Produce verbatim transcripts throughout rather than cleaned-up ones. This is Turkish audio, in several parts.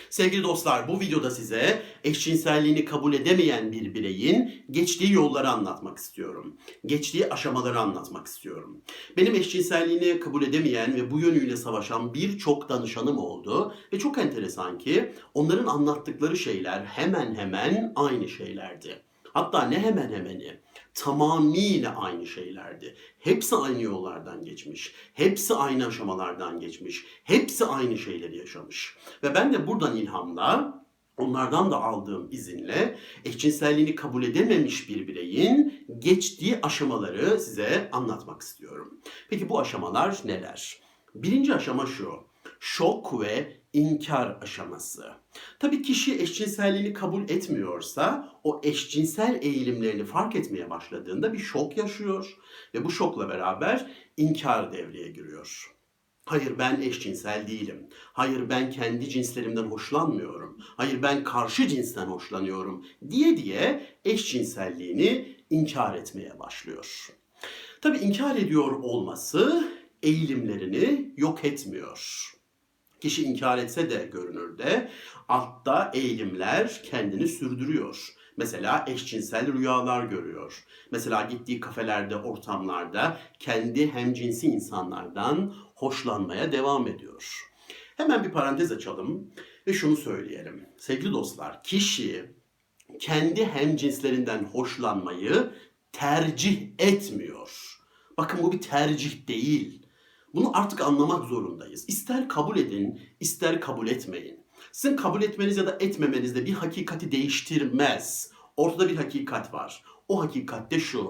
Sevgili dostlar, bu videoda size eşcinselliğini kabul edemeyen bir bireyin geçtiği yolları anlatmak istiyorum. Geçtiği aşamaları anlatmak istiyorum. Benim eşcinselliğini kabul edemeyen ve bu yönüyle savaşan birçok danışanım oldu. Ve çok enteresan ki onların anlattıkları şeyler hemen hemen aynı şeylerdi. Hatta ne hemen hemeni, tamamıyla aynı şeylerdi. Hepsi aynı yollardan geçmiş. Hepsi aynı aşamalardan geçmiş. Hepsi aynı şeyleri yaşamış. Ve ben de buradan ilhamla, onlardan da aldığım izinle eşcinselliğini kabul edememiş bir bireyin geçtiği aşamaları size anlatmak istiyorum. Peki bu aşamalar neler? Birinci aşama şu: şok ve inkar aşaması. Tabii kişi eşcinselliğini kabul etmiyorsa o eşcinsel eğilimlerini fark etmeye başladığında bir şok yaşıyor ve bu şokla beraber inkar devreye giriyor. Hayır, ben eşcinsel değilim. Hayır, ben kendi cinslerimden hoşlanmıyorum. Hayır, ben karşı cinsten hoşlanıyorum diye diye eşcinselliğini inkar etmeye başlıyor. Tabii inkar ediyor olması eğilimlerini yok etmiyor. Kişi inkar etse de görünürde altta eğilimler kendini sürdürüyor. Mesela eşcinsel rüyalar görüyor. Mesela gittiği kafelerde, ortamlarda kendi hemcinsi insanlardan hoşlanmaya devam ediyor. Hemen bir parantez açalım ve şunu söyleyelim. Sevgili dostlar, kişi kendi hemcinslerinden hoşlanmayı tercih etmiyor. Bakın, bu bir tercih değil. Bunu artık anlamak zorundayız. İster kabul edin, ister kabul etmeyin. Sizin kabul etmeniz ya da etmemeniz de bir hakikati değiştirmez. Ortada bir hakikat var. O hakikat de şu: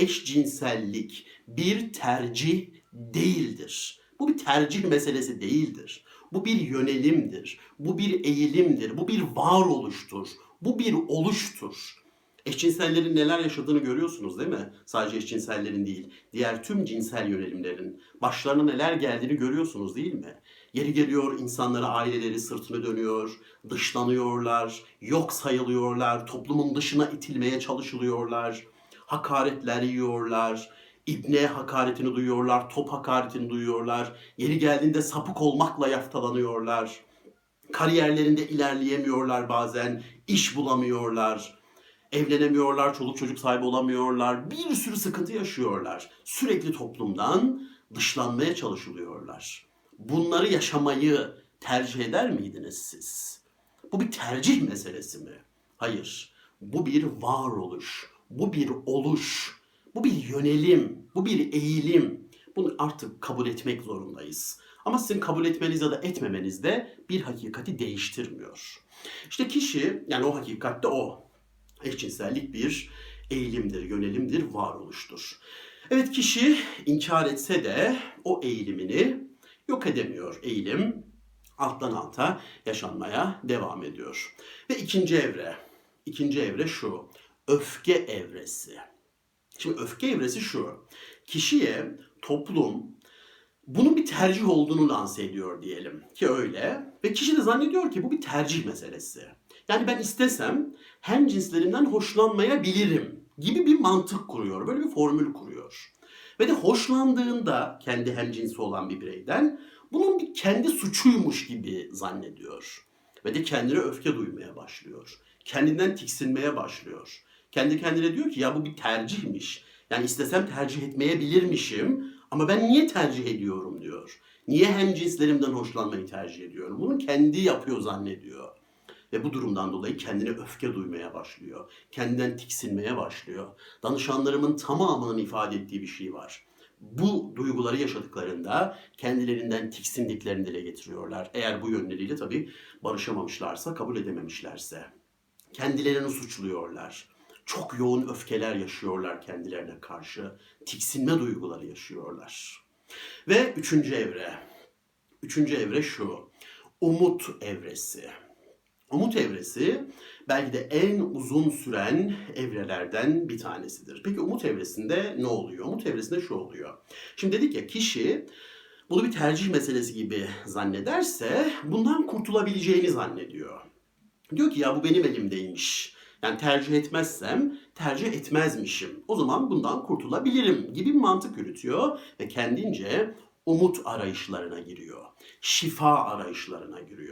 eşcinsellik bir tercih değildir. Bu bir tercih meselesi değildir. Bu bir yönelimdir. Bu bir eğilimdir. Bu bir varoluştur. Bu bir oluştur. Eşcinsellerin neler yaşadığını görüyorsunuz değil mi? Sadece eşcinsellerin değil, diğer tüm cinsel yönelimlerin başlarına neler geldiğini görüyorsunuz değil mi? Yeri geliyor insanlara, aileleri sırtını dönüyor, dışlanıyorlar, yok sayılıyorlar, toplumun dışına itilmeye çalışılıyorlar, hakaretler yiyorlar, ibne hakaretini duyuyorlar, top hakaretini duyuyorlar, yeri geldiğinde sapık olmakla yaftalanıyorlar, kariyerlerinde ilerleyemiyorlar bazen, iş bulamıyorlar, evlenemiyorlar, çoluk çocuk sahibi olamıyorlar, bir sürü sıkıntı yaşıyorlar. Sürekli toplumdan dışlanmaya çalışılıyorlar. Bunları yaşamayı tercih eder miydiniz siz? Bu bir tercih meselesi mi? Hayır. Bu bir varoluş, bu bir oluş, bu bir yönelim, bu bir eğilim. Bunu artık kabul etmek zorundayız. Ama sizin kabul etmeniz ya da etmemeniz de bir hakikati değiştirmiyor. İşte kişi, yani o hakikatte o. Eşcinsellik bir eğilimdir, yönelimdir, varoluştur. Evet, kişi inkar etse de o eğilimini yok edemiyor. Eğilim alttan alta yaşanmaya devam ediyor. Ve ikinci evre, ikinci evre şu: öfke evresi. Şimdi öfke evresi şu: kişiye toplum bunun bir tercih olduğunu lanse ediyor diyelim ki öyle. Ve kişi de zannediyor ki bu bir tercih meselesi. Yani ben istesem hem cinslerimden hoşlanmayabilirim gibi bir mantık kuruyor. Böyle bir formül kuruyor. Ve de hoşlandığında kendi hemcinsi olan bir bireyden bunun bir kendi suçuymuş gibi zannediyor. Ve de kendine öfke duymaya başlıyor. Kendinden tiksinmeye başlıyor. Kendi kendine diyor ki ya bu bir tercihmiş. Yani istesem tercih etmeyebilirmişim ama ben niye tercih ediyorum diyor. Niye hemcinslerimden hoşlanmayı tercih ediyorum? Bunu kendi yapıyor zannediyor. Ve bu durumdan dolayı kendine öfke duymaya başlıyor. Kendinden tiksinmeye başlıyor. Danışanlarımın tamamının ifade ettiği bir şey var. Bu duyguları yaşadıklarında kendilerinden tiksindiklerini dile getiriyorlar. Eğer bu yönleriyle tabii barışamamışlarsa, kabul edememişlerse. Kendilerini suçluyorlar. Çok yoğun öfkeler yaşıyorlar kendilerine karşı. Tiksinme duyguları yaşıyorlar. Ve üçüncü evre. Üçüncü evre şu: umut evresi. Umut evresi belki de en uzun süren evrelerden bir tanesidir. Peki umut evresinde ne oluyor? Umut evresinde şu oluyor. Şimdi dedik ya, kişi bunu bir tercih meselesi gibi zannederse bundan kurtulabileceğini zannediyor. Diyor ki ya bu benim elimdeymiş. Yani tercih etmezsem tercih etmezmişim. O zaman bundan kurtulabilirim gibi bir mantık yürütüyor ve kendince umut arayışlarına giriyor. Şifa arayışlarına giriyor.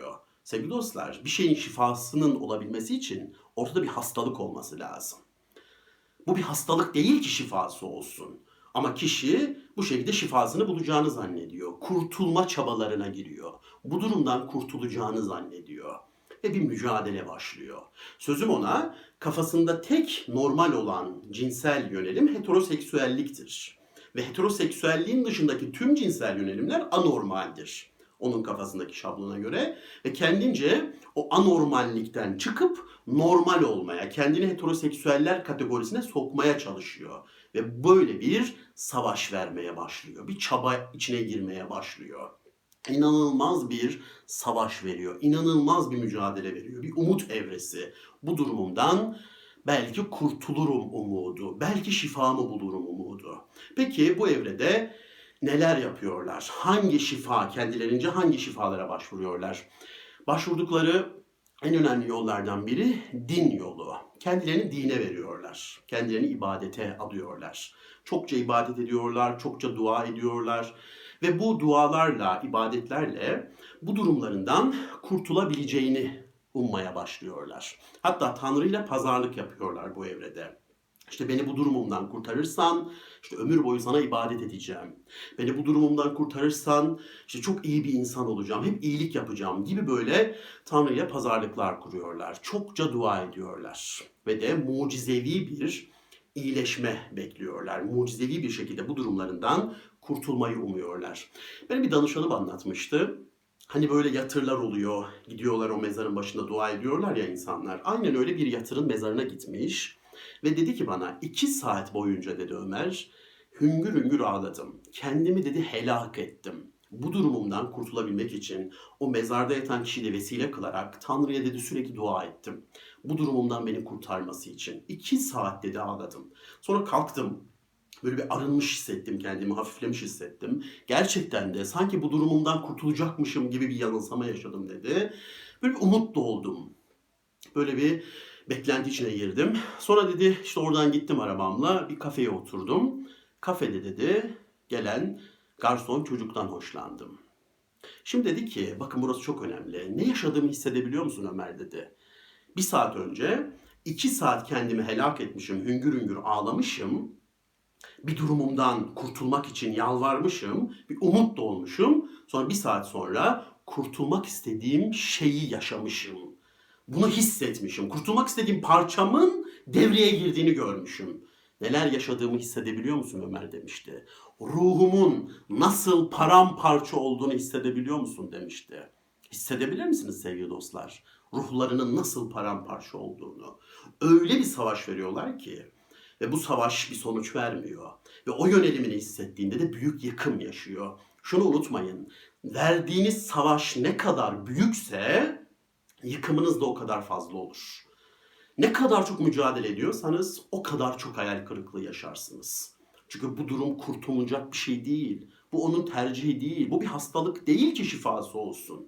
Sevgili dostlar, bir şeyin şifasının olabilmesi için ortada bir hastalık olması lazım. Bu bir hastalık değil ki şifası olsun. Ama kişi bu şekilde şifasını bulacağını zannediyor. Kurtulma çabalarına giriyor. Bu durumdan kurtulacağını zannediyor. Ve bir mücadele başlıyor. Sözüm ona, kafasında tek normal olan cinsel yönelim heteroseksüelliktir. Ve heteroseksüelliğin dışındaki tüm cinsel yönelimler anormaldir. Onun kafasındaki şablona göre ve kendince o anormallikten çıkıp normal olmaya, kendini heteroseksüeller kategorisine sokmaya çalışıyor. Ve böyle bir savaş vermeye başlıyor. Bir çaba içine girmeye başlıyor. İnanılmaz bir savaş veriyor. İnanılmaz bir mücadele veriyor. Bir umut evresi. Bu durumumdan belki kurtulurum umudu. Belki şifamı bulurum umudu. Peki bu evrede neler yapıyorlar? Hangi şifa, kendilerince hangi şifalara başvuruyorlar? Başvurdukları en önemli yollardan biri din yolu. Kendilerini dine veriyorlar. Kendilerini ibadete adıyorlar. Çokça ibadet ediyorlar, çokça dua ediyorlar. Ve bu dualarla, ibadetlerle bu durumlarından kurtulabileceğini ummaya başlıyorlar. Hatta Tanrı ile pazarlık yapıyorlar bu evrede. İşte beni bu durumumdan kurtarırsan işte ömür boyu sana ibadet edeceğim. Beni bu durumumdan kurtarırsan işte çok iyi bir insan olacağım. Hep iyilik yapacağım gibi böyle Tanrı ile pazarlıklar kuruyorlar. Çokça dua ediyorlar. Ve de mucizevi bir iyileşme bekliyorlar. Mucizevi bir şekilde bu durumlarından kurtulmayı umuyorlar. Benim bir danışanım anlatmıştı. Hani böyle yatırlar oluyor. Gidiyorlar o mezarın başında dua ediyorlar ya insanlar. Aynen öyle bir yatırın mezarına gitmiş. Ve dedi ki bana iki saat boyunca dedi Ömer, hüngür hüngür ağladım. Kendimi dedi helak ettim. Bu durumumdan kurtulabilmek için o mezarda yatan kişiyle vesile kılarak Tanrı'ya dedi sürekli dua ettim. Bu durumumdan beni kurtarması için. iki saat dedi ağladım. Sonra kalktım. Böyle bir arınmış hissettim kendimi, hafiflemiş hissettim. Gerçekten de sanki bu durumumdan kurtulacakmışım gibi bir yanılsama yaşadım dedi. Böyle bir umut doldum. Böyle bir beklenti içine girdim. Sonra dedi işte oradan gittim arabamla bir kafeye oturdum. Kafede dedi gelen garson çocuktan hoşlandım. Şimdi dedi ki bakın burası çok önemli. Ne yaşadığımı hissedebiliyor musun Ömer dedi. Bir saat önce iki saat kendimi helak etmişim, hüngür hüngür ağlamışım. Bir durumumdan kurtulmak için yalvarmışım. Bir umut dolmuşum. Sonra bir saat sonra kurtulmak istediğim şeyi yaşamışım. Bunu hissetmişim. Kurtulmak istediğim parçamın devreye girdiğini görmüşüm. Neler yaşadığımı hissedebiliyor musun Ömer demişti. Ruhumun nasıl paramparça olduğunu hissedebiliyor musun demişti. Hissedebilir misiniz sevgili dostlar? Ruhlarının nasıl paramparça olduğunu. Öyle bir savaş veriyorlar ki ve bu savaş bir sonuç vermiyor. Ve o yönelimini hissettiğinde de büyük yıkım yaşıyor. Şunu unutmayın. Verdiğiniz savaş ne kadar büyükse yıkımınız da o kadar fazla olur. Ne kadar çok mücadele ediyorsanız o kadar çok hayal kırıklığı yaşarsınız. Çünkü bu durum kurtulacak bir şey değil. Bu onun tercihi değil. Bu bir hastalık değil ki şifası olsun.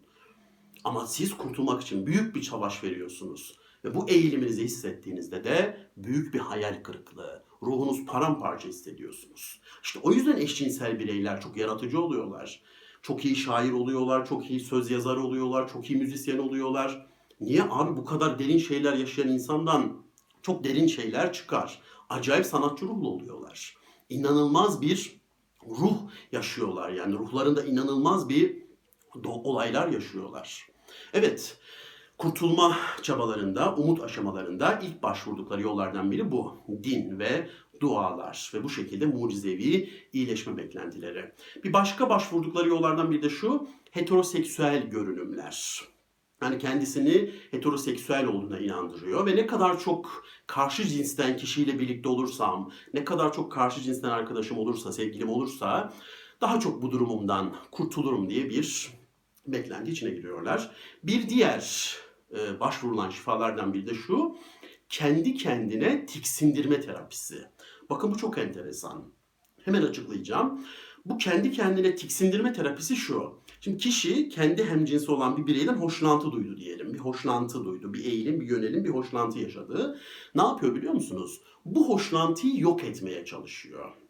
Ama siz kurtulmak için büyük bir savaş veriyorsunuz. Ve bu eğiliminizi hissettiğinizde de büyük bir hayal kırıklığı, ruhunuz paramparça hissediyorsunuz. İşte o yüzden eşcinsel bireyler çok yaratıcı oluyorlar. Çok iyi şair oluyorlar, çok iyi söz yazarı oluyorlar, çok iyi müzisyen oluyorlar. Niye abi bu kadar derin şeyler yaşayan insandan çok derin şeyler çıkar. Acayip sanatçı ruhlu oluyorlar. İnanılmaz bir ruh yaşıyorlar. Yani ruhlarında inanılmaz bir olaylar yaşıyorlar. Evet, kurtulma çabalarında, umut aşamalarında ilk başvurdukları yollardan biri bu. Din ve dualar ve bu şekilde mucizevi iyileşme beklentileri. Bir başka başvurdukları yollardan biri de şu, heteroseksüel görünümler. Yani kendisini heteroseksüel olduğuna inandırıyor ve ne kadar çok karşı cinsten kişiyle birlikte olursam, ne kadar çok karşı cinsten arkadaşım olursa, sevgilim olursa daha çok bu durumumdan kurtulurum diye bir beklenti içine giriyorlar. Bir diğer e, başvurulan şifalardan biri de şu, kendi kendine tiksindirme terapisi. Bakın bu çok enteresan. Hemen açıklayacağım. Bu kendi kendine tiksindirme terapisi şu. Şimdi kişi kendi hemcinsi olan bir bireyden hoşlantı duydu diyelim. Bir hoşlantı duydu. Bir eğilim, bir yönelim, bir hoşlantı yaşadı. Ne yapıyor biliyor musunuz? Bu hoşlantıyı yok etmeye çalışıyor.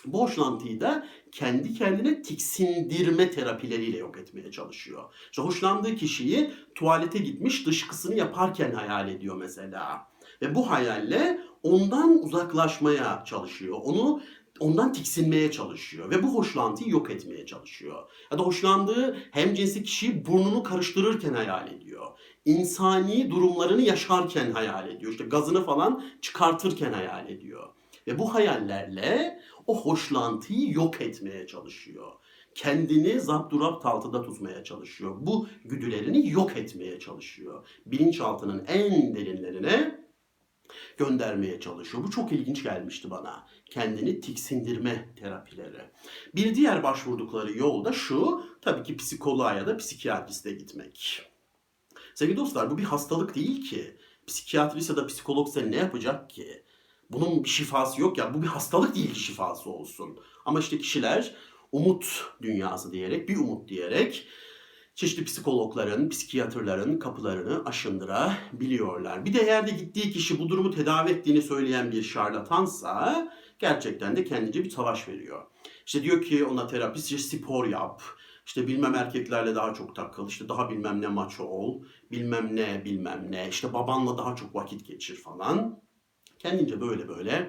Bu hoşlantıyı da kendi kendine tiksindirme terapileriyle yok etmeye çalışıyor. İşte hoşlandığı kişiyi tuvalete gitmiş dışkısını yaparken hayal ediyor mesela. Ve bu hayalle ondan uzaklaşmaya çalışıyor. Onu ondan tiksinmeye çalışıyor ve bu hoşlantıyı yok etmeye çalışıyor. Ya da hoşlandığı hemcinsi kişiyi burnunu karıştırırken hayal ediyor. İnsani durumlarını yaşarken hayal ediyor. İşte gazını falan çıkartırken hayal ediyor. Ve bu hayallerle o hoşlantıyı yok etmeye çalışıyor. Kendini zapturapt altında tutmaya çalışıyor. Bu güdülerini yok etmeye çalışıyor. Bilinçaltının en derinlerine göndermeye çalışıyor. Bu çok ilginç gelmişti bana. Kendini tiksindirme terapileri. Bir diğer başvurdukları yol da şu, tabii ki psikoloğa ya da psikiyatriste gitmek. Sevgili dostlar, bu bir hastalık değil ki. Psikiyatrist ya da psikolog size ne yapacak ki? Bunun bir şifası yok ya. Bu bir hastalık değil ki şifası olsun. Ama işte kişiler umut dünyası diyerek, bir umut diyerek çeşitli psikologların, psikiyatrların kapılarını aşındırabiliyorlar. Bir de eğer de gittiği kişi bu durumu tedavi ettiğini söyleyen bir şarlatansa gerçekten de kendince bir savaş veriyor. İşte diyor ki ona terapist, işte spor yap, işte bilmem erkeklerle daha çok takıl, işte daha bilmem ne maço ol, bilmem ne bilmem ne, işte babanla daha çok vakit geçir falan. Kendince böyle böyle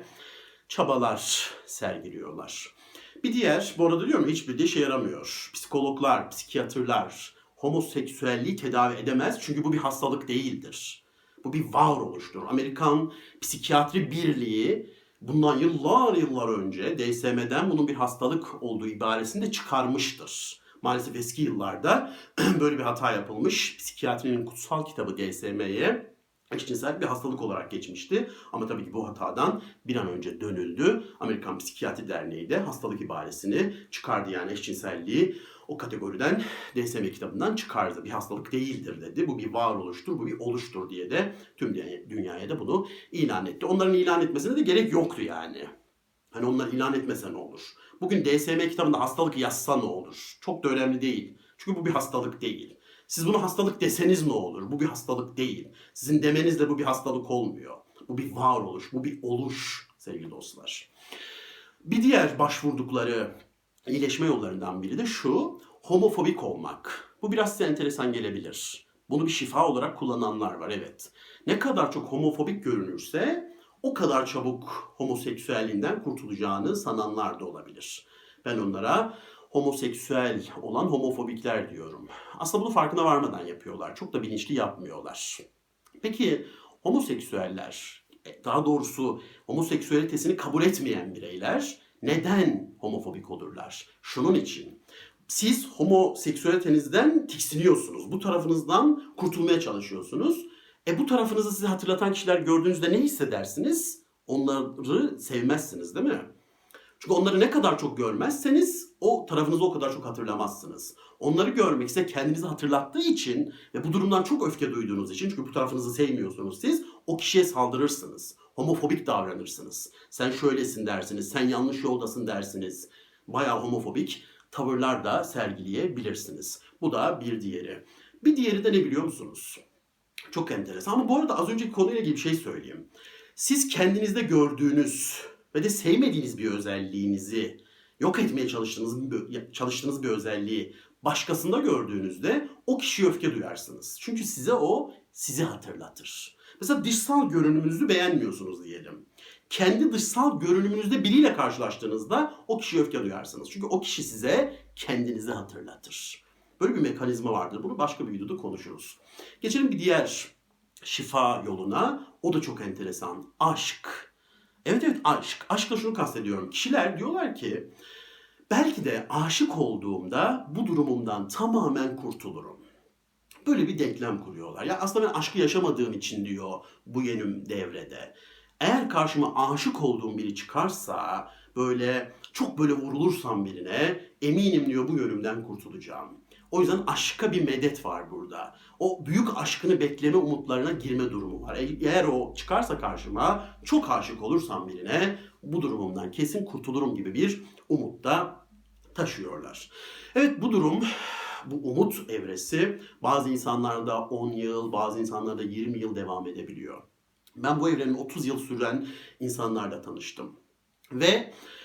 çabalar sergiliyorlar. Bir diğer, bu arada diyorum hiçbir de işe yaramıyor. Psikologlar, psikiyatrlar homoseksüelliği tedavi edemez çünkü bu bir hastalık değildir. Bu bir varoluştur. Amerikan Psikiyatri Birliği bundan yıllar yıllar önce D S M'den bunun bir hastalık olduğu ibaresini de çıkarmıştır. Maalesef eski yıllarda böyle bir hata yapılmış. Psikiyatrinin kutsal kitabı D S M'ye eşcinsel bir hastalık olarak geçmişti. Ama tabii ki bu hatadan bir an önce dönüldü. Amerikan Psikiyatri Derneği de hastalık ibaresini çıkardı. Yani eşcinselliği o kategoriden D S M kitabından çıkardı. Bir hastalık değildir dedi. Bu bir varoluştur, bu bir oluştur diye de tüm dünyaya da bunu ilan etti. Onların ilan etmesine de gerek yoktu yani. Hani onlar ilan etmese ne olur? Bugün D S M kitabında hastalık yazsa ne olur? Çok da önemli değil. Çünkü bu bir hastalık değil. Siz bunu hastalık deseniz ne olur? Bu bir hastalık değil. Sizin demenizle bu bir hastalık olmuyor. Bu bir varoluş, bu bir oluş sevgili dostlar. Bir diğer başvurdukları iyileşme yollarından biri de şu, homofobik olmak. Bu biraz size enteresan gelebilir. Bunu bir şifa olarak kullananlar var, evet. Ne kadar çok homofobik görünürse o kadar çabuk homoseksüelliğinden kurtulacağını sananlar da olabilir. Ben onlara homoseksüel olan homofobikler diyorum. Aslında bunu farkına varmadan yapıyorlar. Çok da bilinçli yapmıyorlar. Peki homoseksüeller, daha doğrusu homoseksüelitesini kabul etmeyen bireyler neden homofobik olurlar? Şunun için. Siz homoseksüelitenizden tiksiniyorsunuz. Bu tarafınızdan kurtulmaya çalışıyorsunuz. E bu tarafınızı size hatırlatan kişiler gördüğünüzde ne hissedersiniz? Onları sevmezsiniz, değil mi? Çünkü onları ne kadar çok görmezseniz o tarafınızı o kadar çok hatırlamazsınız. Onları görmek size kendinizi hatırlattığı için ve bu durumdan çok öfke duyduğunuz için, çünkü bu tarafınızı sevmiyorsunuz siz, o kişiye saldırırsınız. Homofobik davranırsınız. Sen şöylesin dersiniz, sen yanlış yoldasın dersiniz. Bayağı homofobik tavırlar da sergileyebilirsiniz. Bu da bir diğeri. Bir diğeri de ne biliyor musunuz? Çok enteresan ama bu arada az önceki konuyla ilgili bir şey söyleyeyim. Siz kendinizde gördüğünüz ve de sevmediğiniz bir özelliğinizi yok etmeye çalıştığınız bir, çalıştığınız bir özelliği başkasında gördüğünüzde o kişiye öfke duyarsınız. Çünkü size o sizi hatırlatır. Mesela dışsal görünümünüzü beğenmiyorsunuz diyelim. Kendi dışsal görünümünüzde biriyle karşılaştığınızda o kişiye öfke duyarsınız. Çünkü o kişi size kendinizi hatırlatır. Böyle bir mekanizma vardır. Bunu başka bir videoda konuşuruz. Geçelim bir diğer şifa yoluna. O da çok enteresan. Aşk. Evet evet aşk. Aşkla şunu kastediyorum. Kişiler diyorlar ki belki de aşık olduğumda bu durumumdan tamamen kurtulurum. Böyle bir denklem kuruyorlar. Ya aslında ben aşkı yaşamadığım için diyor bu yönüm devrede. Eğer karşıma aşık olduğum biri çıkarsa böyle çok böyle vurulursam birine eminim diyor bu yönümden kurtulacağım. O yüzden aşka bir medet var burada. O büyük aşkını bekleme umutlarına girme durumu var. Eğer o çıkarsa karşıma çok aşık olursam birine bu durumumdan kesin kurtulurum gibi bir umut da taşıyorlar. Evet bu durum, bu umut evresi bazı insanlarda on yıl, bazı insanlarda yirmi yıl devam edebiliyor. Ben bu evrenin otuz yıl süren insanlarla tanıştım. Ve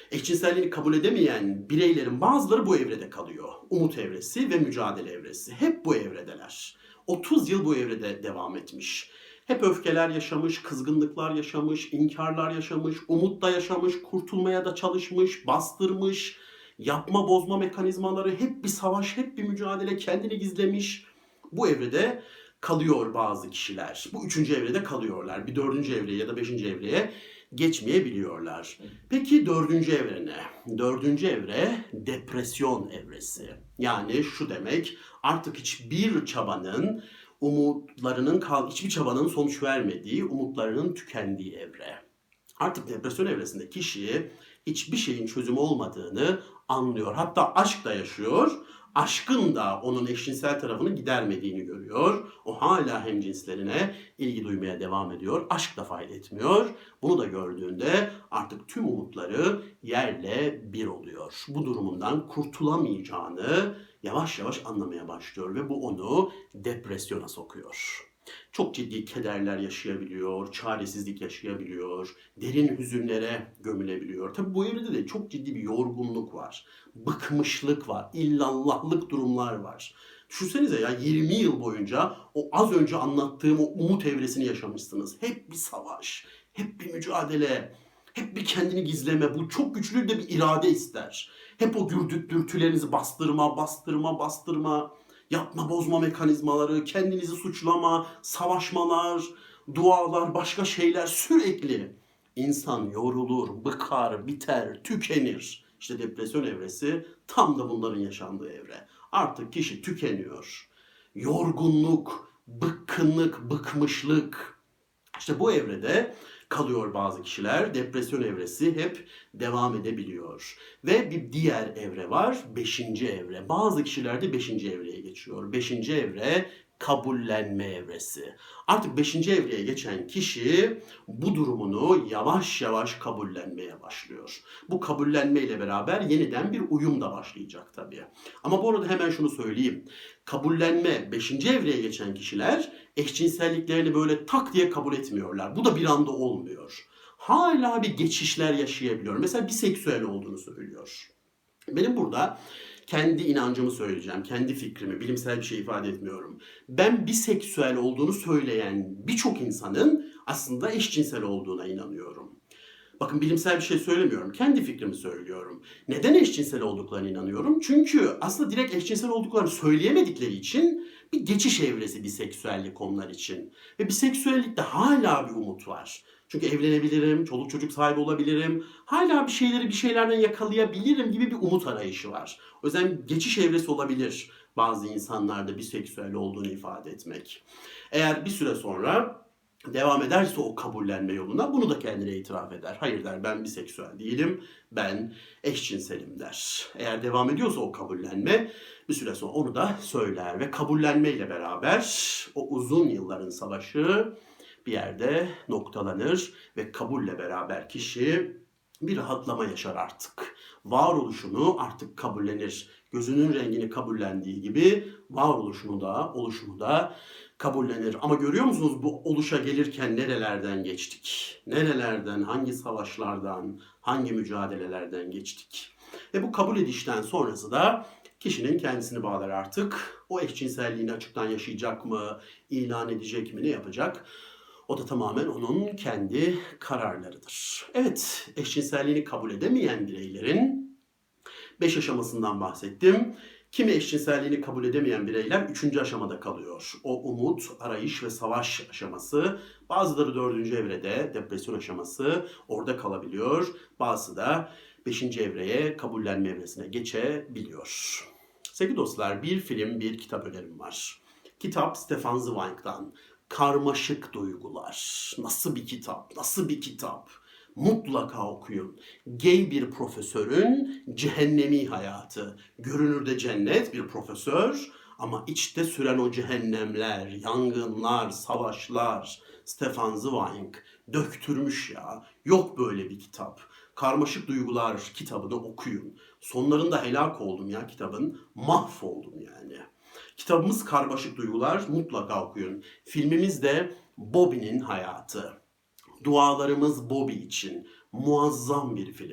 Eşcinselliğini kabul edemeyen bireylerin bazıları bu evrede kalıyor. Umut evresi ve mücadele evresi. Hep bu evredeler. otuz yıl bu evrede devam etmiş. Hep öfkeler yaşamış, kızgınlıklar yaşamış, inkarlar yaşamış, umut da yaşamış, kurtulmaya da çalışmış, bastırmış, yapma bozma mekanizmaları, hep bir savaş, hep bir mücadele, kendini gizlemiş. Bu evrede kalıyor bazı kişiler. Bu üçüncü evrede kalıyorlar. Bir dördüncü evreye ya da beşinci evreye geçmeyebiliyorlar. Peki dördüncü evre ne? Dördüncü evre depresyon evresi. Yani şu demek, artık hiçbir çabanın, umutlarının, hiçbir çabanın sonuç vermediği, umutlarının tükendiği evre. Artık depresyon evresinde kişi hiçbir şeyin çözümü olmadığını anlıyor. Hatta aşk da yaşıyor. Aşkın da onun eşcinsel tarafını gidermediğini görüyor. O hala hemcinslerine ilgi duymaya devam ediyor. Aşk da fayda etmiyor. Bunu da gördüğünde artık tüm umutları yerle bir oluyor. Bu durumundan kurtulamayacağını yavaş yavaş anlamaya başlıyor ve bu onu depresyona sokuyor. Çok ciddi kederler yaşayabiliyor, çaresizlik yaşayabiliyor, derin hüzünlere gömülebiliyor. Tabii bu evrede de çok ciddi bir yorgunluk var, bıkmışlık var, illallahlık durumlar var. Düşünsenize ya, yirmi yıl boyunca o az önce anlattığım o umut evresini yaşamışsınız. Hep bir savaş, hep bir mücadele, hep bir kendini gizleme. Bu çok güçlü de bir irade ister. Hep o dürtü, dürtülerinizi bastırma, bastırma, bastırma. Yapma bozma mekanizmaları, kendinizi suçlama, savaşmalar, dualar, başka şeyler sürekli. İnsan yorulur, bıkar, biter, tükenir. İşte depresyon evresi tam da bunların yaşandığı evre. Artık kişi tükeniyor. Yorgunluk, bıkkınlık, bıkmışlık. İşte bu evrede kalıyor bazı kişiler. Depresyon evresi hep devam edebiliyor. Ve bir diğer evre var. Beşinci evre. Bazı kişiler de beşinci evreye geçiyor. Beşinci evre kabullenme evresi. Artık beşinci evreye geçen kişi bu durumunu yavaş yavaş kabullenmeye başlıyor. Bu kabullenmeyle beraber yeniden bir uyum da başlayacak tabii. Ama bu arada hemen şunu söyleyeyim. Kabullenme, beşinci evreye geçen kişiler eşcinselliklerini böyle tak diye kabul etmiyorlar. Bu da bir anda olmuyor. Hala bir geçişler yaşayabiliyor. Mesela biseksüel olduğunu söylüyor. Benim burada kendi inancımı söyleyeceğim, kendi fikrimi, bilimsel bir şey ifade etmiyorum. Ben biseksüel olduğunu söyleyen birçok insanın aslında eşcinsel olduğuna inanıyorum. Bakın, bilimsel bir şey söylemiyorum, kendi fikrimi söylüyorum. Neden eşcinsel olduklarına inanıyorum? Çünkü aslında direkt eşcinsel olduklarını söyleyemedikleri için bir geçiş evresi biseksüellik onlar için. Ve biseksüellikte hala bir umut var. Çünkü evlenebilirim, çoluk çocuk sahibi olabilirim, hala bir şeyleri bir şeylerden yakalayabilirim gibi bir umut arayışı var. O yüzden geçiş evresi olabilir bazı insanlarda biseksüel olduğunu ifade etmek. Eğer bir süre sonra devam ederse o kabullenme yoluna, bunu da kendine itiraf eder. Hayır der, ben biseksüel değilim, ben eşcinselim der. Eğer devam ediyorsa o kabullenme, bir süre sonra onu da söyler ve kabullenmeyle beraber o uzun yılların savaşı bir yerde noktalanır ve kabulle beraber kişi bir rahatlama yaşar artık. Varoluşunu artık kabullenir. Gözünün rengini kabullendiği gibi varoluşunu da, oluşumu da kabullenir. Ama görüyor musunuz bu oluşa gelirken nerelerden geçtik? Nerelerden, hangi savaşlardan, hangi mücadelelerden geçtik? Ve bu kabul edişten sonrası da kişinin kendisini bağlar artık. O eşcinselliğini açıktan yaşayacak mı, ilan edecek mi, ne yapacak? O da tamamen onun kendi kararlarıdır. Evet, eşcinselliğini kabul edemeyen bireylerin beş aşamasından bahsettim. Kimi eşcinselliğini kabul edemeyen bireyler üçüncü aşamada kalıyor. O umut, arayış ve savaş aşaması. Bazıları dördüncü evrede, depresyon aşaması, orada kalabiliyor. Bazısı da beşinci evreye, kabullenme evresine geçebiliyor. Sevgili dostlar, bir film, bir kitap önerim var. Kitap Stefan Zweig'dan. Karmaşık Duygular. Nasıl bir kitap? Nasıl bir kitap? Mutlaka okuyun. Gay bir profesörün cehennemi hayatı. Görünürde cennet bir profesör ama içte süren o cehennemler, yangınlar, savaşlar. Stefan Zweig döktürmüş ya. Yok böyle bir kitap. Karmaşık Duygular kitabını okuyun. Sonlarında helak oldum ya kitabın. Mahvoldum yani. Kitabımız Karmaşık Duygular, mutlaka okuyun. Filmimiz de Bobby'nin hayatı. Dualarımız Bobby için. Muazzam bir film.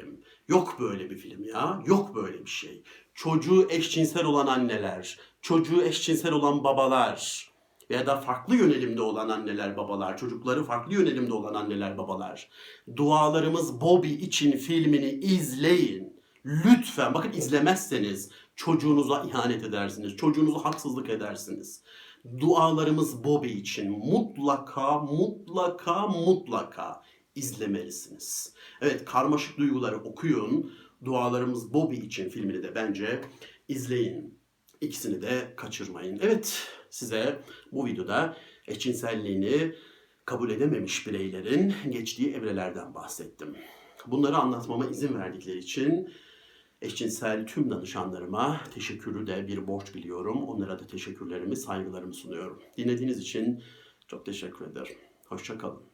Yok böyle bir film ya. Yok böyle bir şey. Çocuğu eşcinsel olan anneler, çocuğu eşcinsel olan babalar veya da farklı yönelimde olan anneler babalar, çocukları farklı yönelimde olan anneler babalar. Dualarımız Bobby için filmini izleyin. Lütfen bakın, izlemezseniz çocuğunuza ihanet edersiniz. Çocuğunuza haksızlık edersiniz. Dualarımız Bobby için mutlaka mutlaka mutlaka izlemelisiniz. Evet, karmaşık duyguları okuyun. Dualarımız Bobby için filmini de bence izleyin. İkisini de kaçırmayın. Evet, size bu videoda eşcinselliğini kabul edememiş bireylerin geçtiği evrelerden bahsettim. Bunları anlatmama izin verdikleri için eşcinsel tüm danışanlarıma teşekkürü de bir borç biliyorum. Onlara da teşekkürlerimi, saygılarımı sunuyorum. Dinlediğiniz için çok teşekkür ederim. Hoşça kalın.